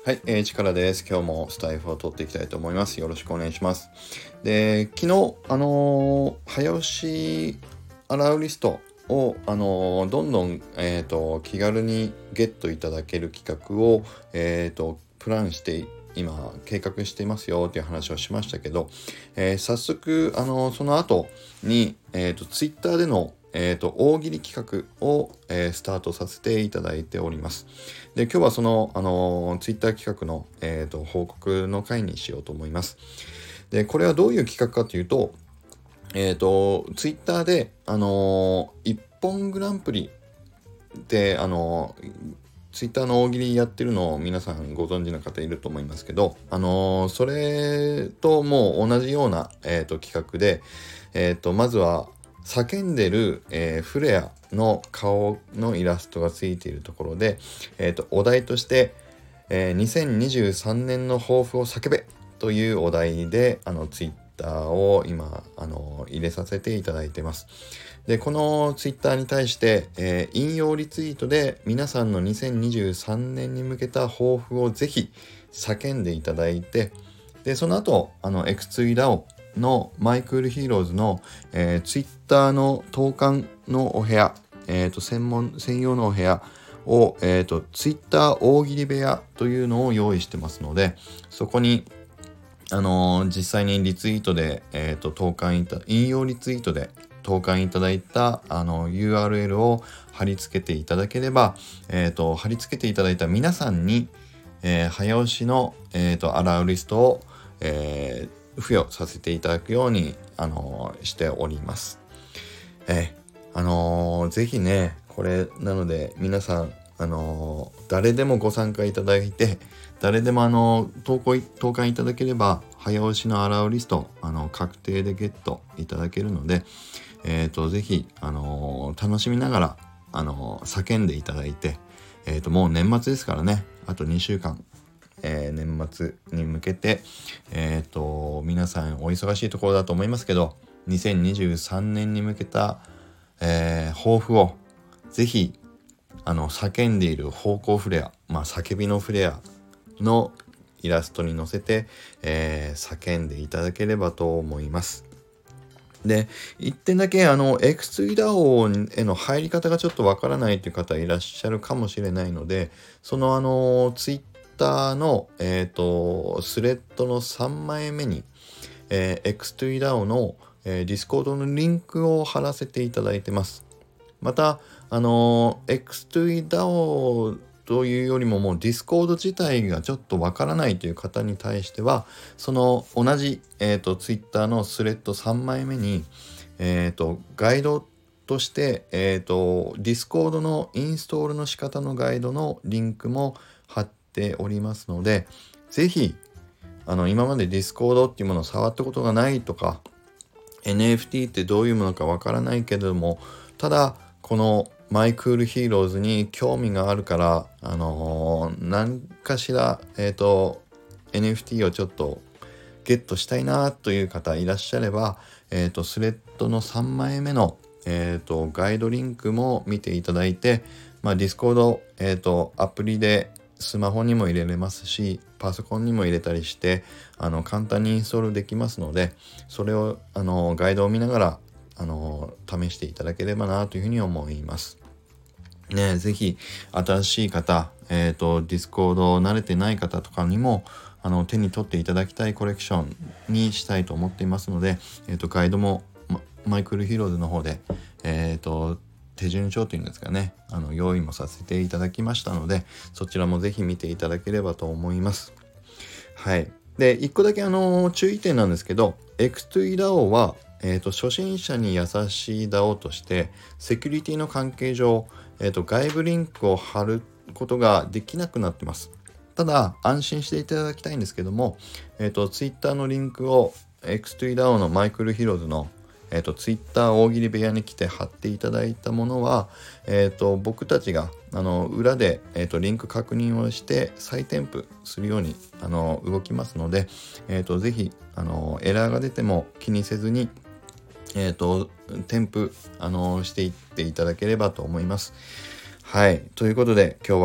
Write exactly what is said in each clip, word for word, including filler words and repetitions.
はい、えー、力です。今日もスタイフを取っていきたいと思います。よろしくお願いします。で、昨日、あのー早押し洗うリストを、あのーどんどん、えーと、気軽にゲットいただける企画を、えーと、プランして今計画していますよという話をしましたけど、えー早速、あのーその後に、えーと、ツイッターでのえーと、大喜利企画を、えースタートさせていただいております。で、今日はその、あのー、ツイッター企画の、えーと、報告の回にしようと思います。で、これはどういう企画かというと、えーと、ツイッターで、あのー、一本グランプリで、あのー、ツイッターの大喜利やってるのを皆さんご存知の方いると思いますけど、あのーそれともう同じような、えーと、企画で、えーと、まずは叫んでる、えーフレアの顔のイラストがついているところで、えーと、お題として、えーにせんにじゅうさんねんの抱負を叫べというお題で、あの、ツイッターを今、あの、入れさせていただいてます。で、このツイッターに対して、えー引用リツイートで皆さんのにせんにじゅうさんねんに向けた抱負をぜひ叫んでいただいて、で、その後、あの、エクスツリーダオのマイクールヒーローズの、えー、ツイッターの投函のお部屋、えーと、専門、専用のお部屋を、えーと、ツイッター大喜利部屋というのを用意してますので、そこに、あのー実際にリツイートで、えーと、投函いた、引用リツイートで投函いただいた、あの、ユーアールエル を貼り付けていただければ、えーと、貼り付けていただいた皆さんに、えー早押しの、えーと、洗うリストを、えー付与させていただくように、あのーしております。えーあのーぜひね、これなので皆さん、あのー誰でもご参加いただいて、誰でもあのー投稿い投函いただければ早押しの洗うリスト、あの確定でゲットいただけるので、えーとぜひ、あのー楽しみながら、あのー叫んでいただいて、えーともう年末ですからね、あとにしゅうかん、えー年末に向けて、えっと、皆さんお忙しいところだと思いますけど、にせんにじゅうさんねんに向けた、えー抱負をぜひ、あの、叫んでいる方向フレア、まあ、叫びのフレアのイラストに載せて、えー叫んでいただければと思います。で、一点だけ、あの、エクスツリーダオへの入り方がちょっとわからないという方いらっしゃるかもしれないので、その、あの、ツイッターの、えっと、スレッドのさんまいめに、えー、エクスツリーダオの、えー、ディスコードのリンクを貼らせていただいてます。また、あの、エクスツリーダオというよりももうディスコード自体がちょっとわからないという方に対しては、その同じ、えっと、ツイッターのスレッドさんまいめに、えっと、ガイドとして、えっと、ディスコードのインストールの仕方のガイドのリンクも貼っておりますので、ぜひ、あの、今までディスコードっていうものを触ったことがないとか、エヌエフティー ってどういうものかわからないけれども、ただ、このマイクールヒーローズに興味があるから、あのー何かしら、えっと、エヌエフティー をちょっとゲットしたいなという方いらっしゃれば、えっと、スレッドのさんまいめの、えっと、ガイドリンクも見ていただいて、まあ、ディスコード、えっと、アプリでスマホにも入れれますし、パソコンにも入れたりして、あの、簡単にインストールできますので、それを、あの、ガイドを見ながら、あの、試していただければなというふうに思います。ね、ぜひ新しい方、えっと、ディスコード慣れてない方とかにも、あの、手に取っていただきたいコレクションにしたいと思っていますので、えっと、ガイドも、ま、マイクールヒーローズの方で、えっと、手順書というんですかね、あの、用意もさせていただきましたので、そちらもぜひ見ていただければと思います。はい。で、一個だけあの、注意点なんですけど、エクスツリーダオは、えっと、初心者に優しいダオとして、セキュリティの関係上、えっと、外部リンクを貼ることができなくなってます。ただ、安心していただきたいんですけども、えっと、Twitter のリンクを エクスツリーダオのマイクルヒローズの、えっと、Twitter 大喜利部屋に来て貼っていただいたものは、えっと、僕たちが、あの、裏で、えっと、リンク確認をして再添付するように、あの、動きますので、えっと、ぜひ、あの、エラーが出ても気にせずに、えっと、添付、あの、していっていただければと思います。はい。ということで、今日は、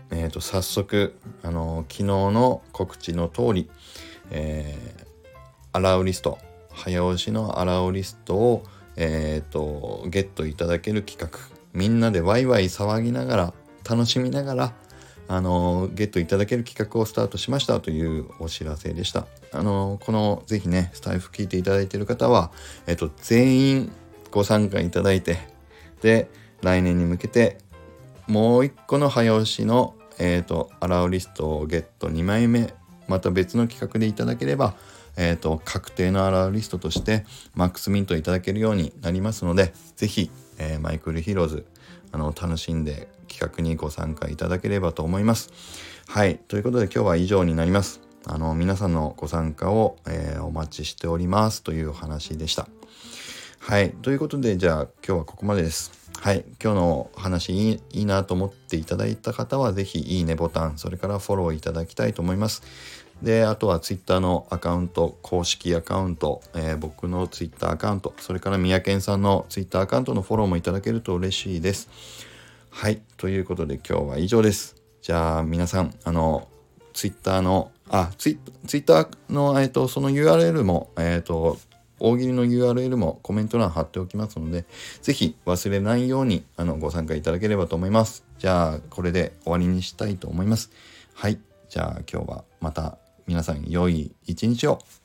えー、と早速、あの昨日の告知の通り、えー、アラウリスト、早押しのアラウリストを、えー、とゲットいただける企画、みんなでワイワイ騒ぎながら楽しみながら、あのゲットいただける企画をスタートしましたというお知らせでした。あのこのぜひねスタイフ聞いていただいている方は、えっと、全員ご参加いただいて、で来年に向けてもう一個の早押しの、えー、とアラウリストをゲットにまいめ、また別の企画でいただければ、えー、と確定のアラウリストとしてマックスミントいただけるようになりますので、ぜひ、えー、マイクルヒーローズあの楽しんで企画にご参加いただければと思います。はい、ということで今日は以上になります。あの皆さんのご参加を、えー、お待ちしておりますというお話でした。はい、ということでじゃあ今日はここまでです。はい、今日の話いい、いいなと思っていただいた方はぜひいいねボタン、それからフォローいただきたいと思います。で、あとはツイッターのアカウント、公式アカウント、えー、僕のツイッターアカウント、それから宮健さんのツイッターアカウントのフォローもいただけると嬉しいです。はい、ということで今日は以上です。じゃあ皆さん、あのツイッターのあツイツイッターの、えー、とその ユーアールエル も、えー、と大喜利の ユーアールエル もコメント欄貼っておきますので、ぜひ忘れないようにあのご参加いただければと思います。じゃあこれで終わりにしたいと思います。はい、じゃあ今日はまた皆さん良い一日を。